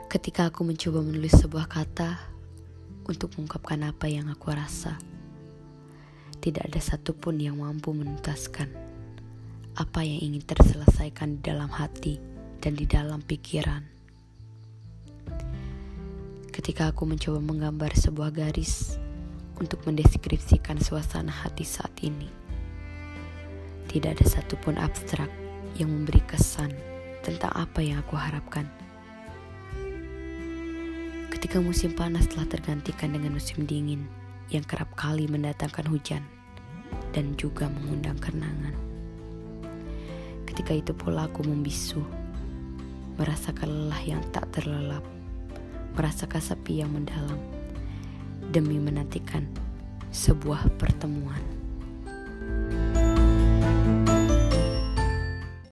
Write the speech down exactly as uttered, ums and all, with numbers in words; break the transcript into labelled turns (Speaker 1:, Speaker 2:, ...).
Speaker 1: Ketika aku mencoba menulis sebuah kata untuk mengungkapkan apa yang aku rasa, tidak ada satupun yang mampu menuntaskan apa yang ingin terselesaikan di dalam hati dan di dalam pikiran. Ketika aku mencoba menggambar sebuah garis untuk mendeskripsikan suasana hati saat ini, tidak ada satupun abstrak yang memberi kesan tentang apa yang aku harapkan. Ketika musim panas telah tergantikan dengan musim dingin yang kerap kali mendatangkan hujan dan juga mengundang kenangan. Ketika itu pula aku membisu, merasakan lelah yang tak terlelap, merasakan sepi yang mendalam, demi menantikan sebuah pertemuan.